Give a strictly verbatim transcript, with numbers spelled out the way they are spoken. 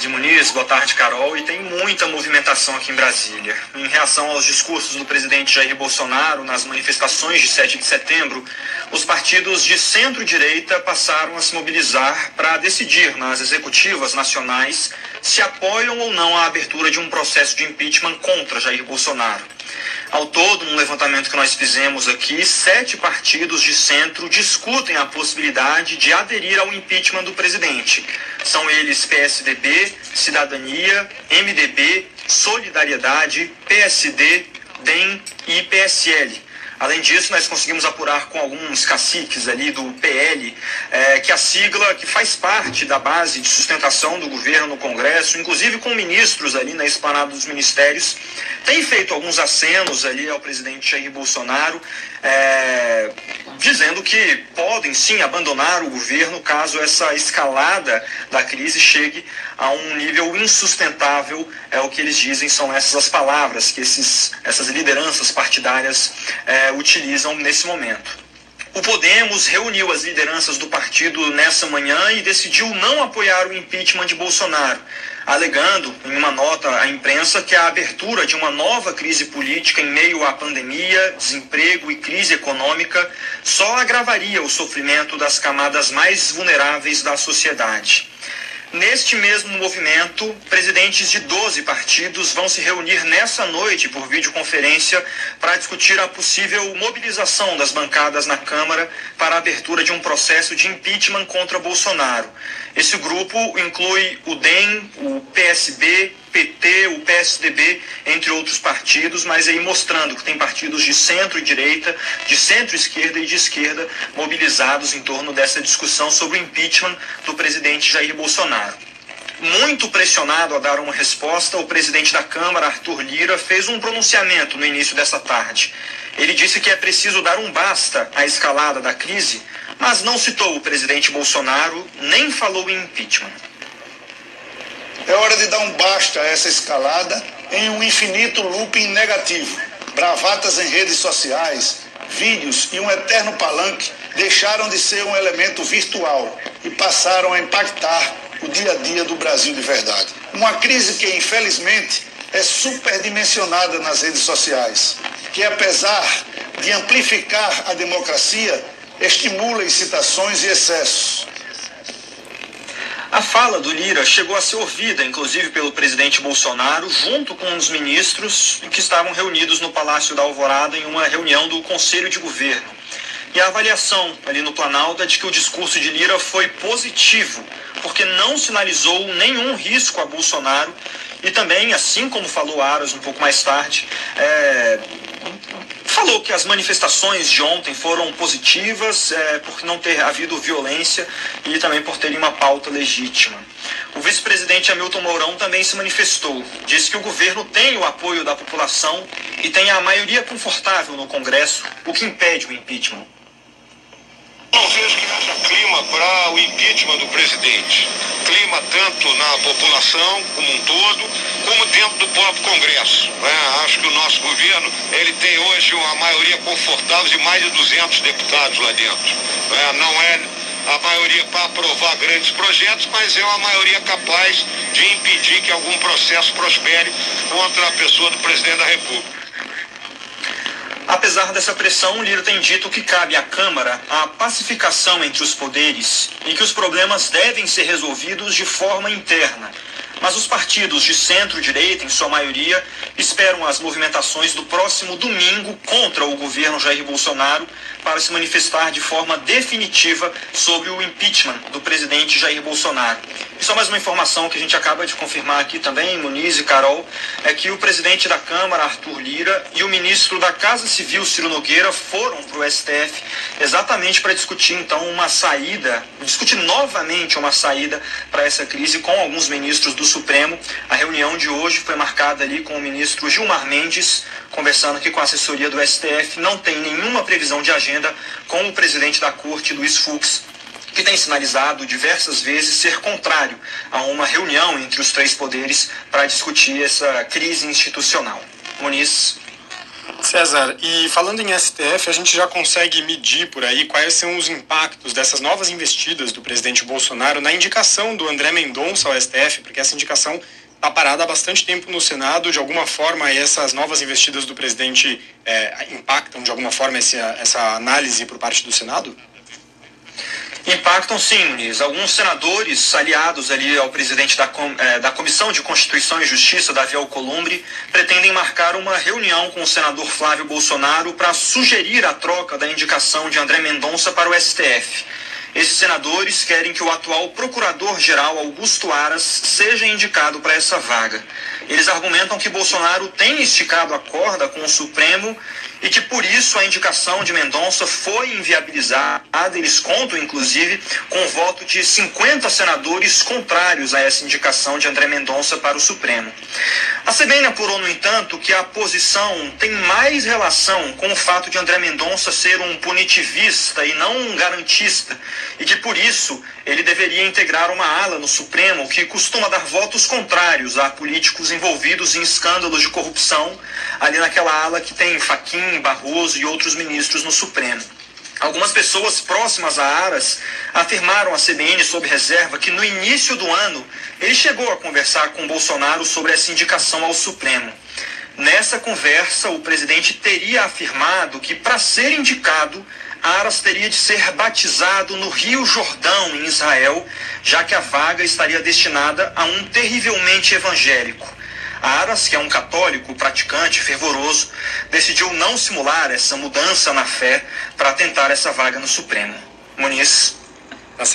tarde, Muniz. Boa tarde, Carol. E tem muita movimentação aqui em Brasília. Em reação aos discursos do presidente Jair Bolsonaro nas manifestações de sete de setembro, os partidos de centro-direita passaram a se mobilizar para decidir nas executivas nacionais se apoiam ou não a abertura de um processo de impeachment contra Jair Bolsonaro. Ao todo, num levantamento que nós fizemos aqui, sete partidos de centro discutem a possibilidade de aderir ao impeachment do presidente. São eles P S D B, Cidadania, M D B, Solidariedade, P S D, D E M e P S L. Além disso, nós conseguimos apurar com alguns caciques ali do P L é, que a sigla, que faz parte da base de sustentação do governo no Congresso, inclusive com ministros ali na esplanada dos ministérios, tem feito alguns acenos ali ao presidente Jair Bolsonaro, é, dizendo que podem sim abandonar o governo caso essa escalada da crise chegue a um nível insustentável. É o que eles dizem, são essas as palavras que esses, essas lideranças partidárias é, utilizam nesse momento. O Podemos reuniu as lideranças do partido nessa manhã e decidiu não apoiar o impeachment de Bolsonaro, alegando em uma nota à imprensa que a abertura de uma nova crise política em meio à pandemia, desemprego e crise econômica só agravaria o sofrimento das camadas mais vulneráveis da sociedade. Neste mesmo movimento, presidentes de doze partidos vão se reunir nessa noite por videoconferência para discutir a possível mobilização das bancadas na Câmara para a abertura de um processo de impeachment contra Bolsonaro. Esse grupo inclui o D E M, o P S B, P T, o P S D B, entre outros partidos, mas aí mostrando que tem partidos de centro e direita, de centro-esquerda e de esquerda mobilizados em torno dessa discussão sobre o impeachment do presidente Jair Bolsonaro. Muito pressionado a dar uma resposta, o presidente da Câmara, Arthur Lira, fez um pronunciamento no início dessa tarde. Ele disse que é preciso dar um basta à escalada da crise, mas não citou o presidente Bolsonaro, nem falou em impeachment. É hora de dar um basta a essa escalada em um infinito looping negativo. Bravatas em redes sociais, vídeos e um eterno palanque deixaram de ser um elemento virtual e passaram a impactar o dia a dia do Brasil de verdade. Uma crise que, infelizmente, é superdimensionada nas redes sociais, que, apesar de amplificar a democracia, estimula incitações e excessos. A fala do Lira chegou a ser ouvida, inclusive, pelo presidente Bolsonaro, junto com os ministros que estavam reunidos no Palácio da Alvorada em uma reunião do Conselho de Governo. E a avaliação ali no Planalto é de que o discurso de Lira foi positivo, porque não sinalizou nenhum risco a Bolsonaro e também, assim como falou Aras um pouco mais tarde, é, falou que as manifestações de ontem foram positivas é, por não ter havido violência e também por terem uma pauta legítima. O vice-presidente Hamilton Mourão também se manifestou. Disse que o governo tem o apoio da população e tem a maioria confortável no Congresso, o que impede o impeachment. Não vejo que haja clima para o impeachment do presidente. Clima tanto na população como um todo, como dentro do próprio Congresso. Né? Acho que o nosso governo ele tem hoje uma maioria confortável de mais de duzentos deputados lá dentro. Né? Não é a maioria para aprovar grandes projetos, mas é uma maioria capaz de impedir que algum processo prospere contra a pessoa do presidente da República. Apesar dessa pressão, Lira tem dito que cabe à Câmara a pacificação entre os poderes e que os problemas devem ser resolvidos de forma interna. Mas os partidos de centro-direita, em sua maioria, esperam as movimentações do próximo domingo contra o governo Jair Bolsonaro para se manifestar de forma definitiva sobre o impeachment do presidente Jair Bolsonaro. E só mais uma informação que a gente acaba de confirmar aqui também, Muniz e Carol, é que o presidente da Câmara, Arthur Lira, e o ministro da Casa Civil, Ciro Nogueira, foram para o S T F exatamente para discutir, então, uma saída, discutir novamente uma saída para essa crise com alguns ministros do Supremo. A reunião de hoje foi marcada ali com o ministro Gilmar Mendes, conversando aqui com a assessoria do S T F. Não tem nenhuma previsão de agenda com o presidente da Corte, Luiz Fux, que tem sinalizado diversas vezes ser contrário a uma reunião entre os três poderes para discutir essa crise institucional. Muniz. Certo. César, e falando em S T F, a gente já consegue medir por aí quais são os impactos dessas novas investidas do presidente Bolsonaro na indicação do André Mendonça ao S T F, porque essa indicação está parada há bastante tempo no Senado. De alguma forma, essas novas investidas do presidente é, impactam de alguma forma essa, essa análise por parte do Senado? Impactam sim, Muniz. Alguns senadores aliados ali ao presidente da, com, eh, da Comissão de Constituição e Justiça, Davi Alcolumbre, pretendem marcar uma reunião com o senador Flávio Bolsonaro para sugerir a troca da indicação de André Mendonça para o S T F. Esses senadores querem que o atual procurador-geral Augusto Aras seja indicado para essa vaga. Eles argumentam que Bolsonaro tem esticado a corda com o Supremo e que por isso a indicação de Mendonça foi inviabilizada. Eles contam, inclusive, com o voto de cinquenta senadores contrários a essa indicação de André Mendonça para o Supremo. A C B N apurou, no entanto, que a posição tem mais relação com o fato de André Mendonça ser um punitivista e não um garantista, e que por isso ele deveria integrar uma ala no Supremo que costuma dar votos contrários a políticos envolvidos em escândalos de corrupção, ali naquela ala que tem Fachin, Barroso e outros ministros no Supremo. Algumas pessoas próximas a Aras afirmaram à C B N sob reserva que no início do ano ele chegou a conversar com Bolsonaro sobre essa indicação ao Supremo. Nessa conversa, o presidente teria afirmado que para ser indicado, Aras teria de ser batizado no Rio Jordão, em Israel, já que a vaga estaria destinada a um terrivelmente evangélico. Aras, que é um católico praticante fervoroso, decidiu não simular essa mudança na fé para tentar essa vaga no Supremo. Muniz.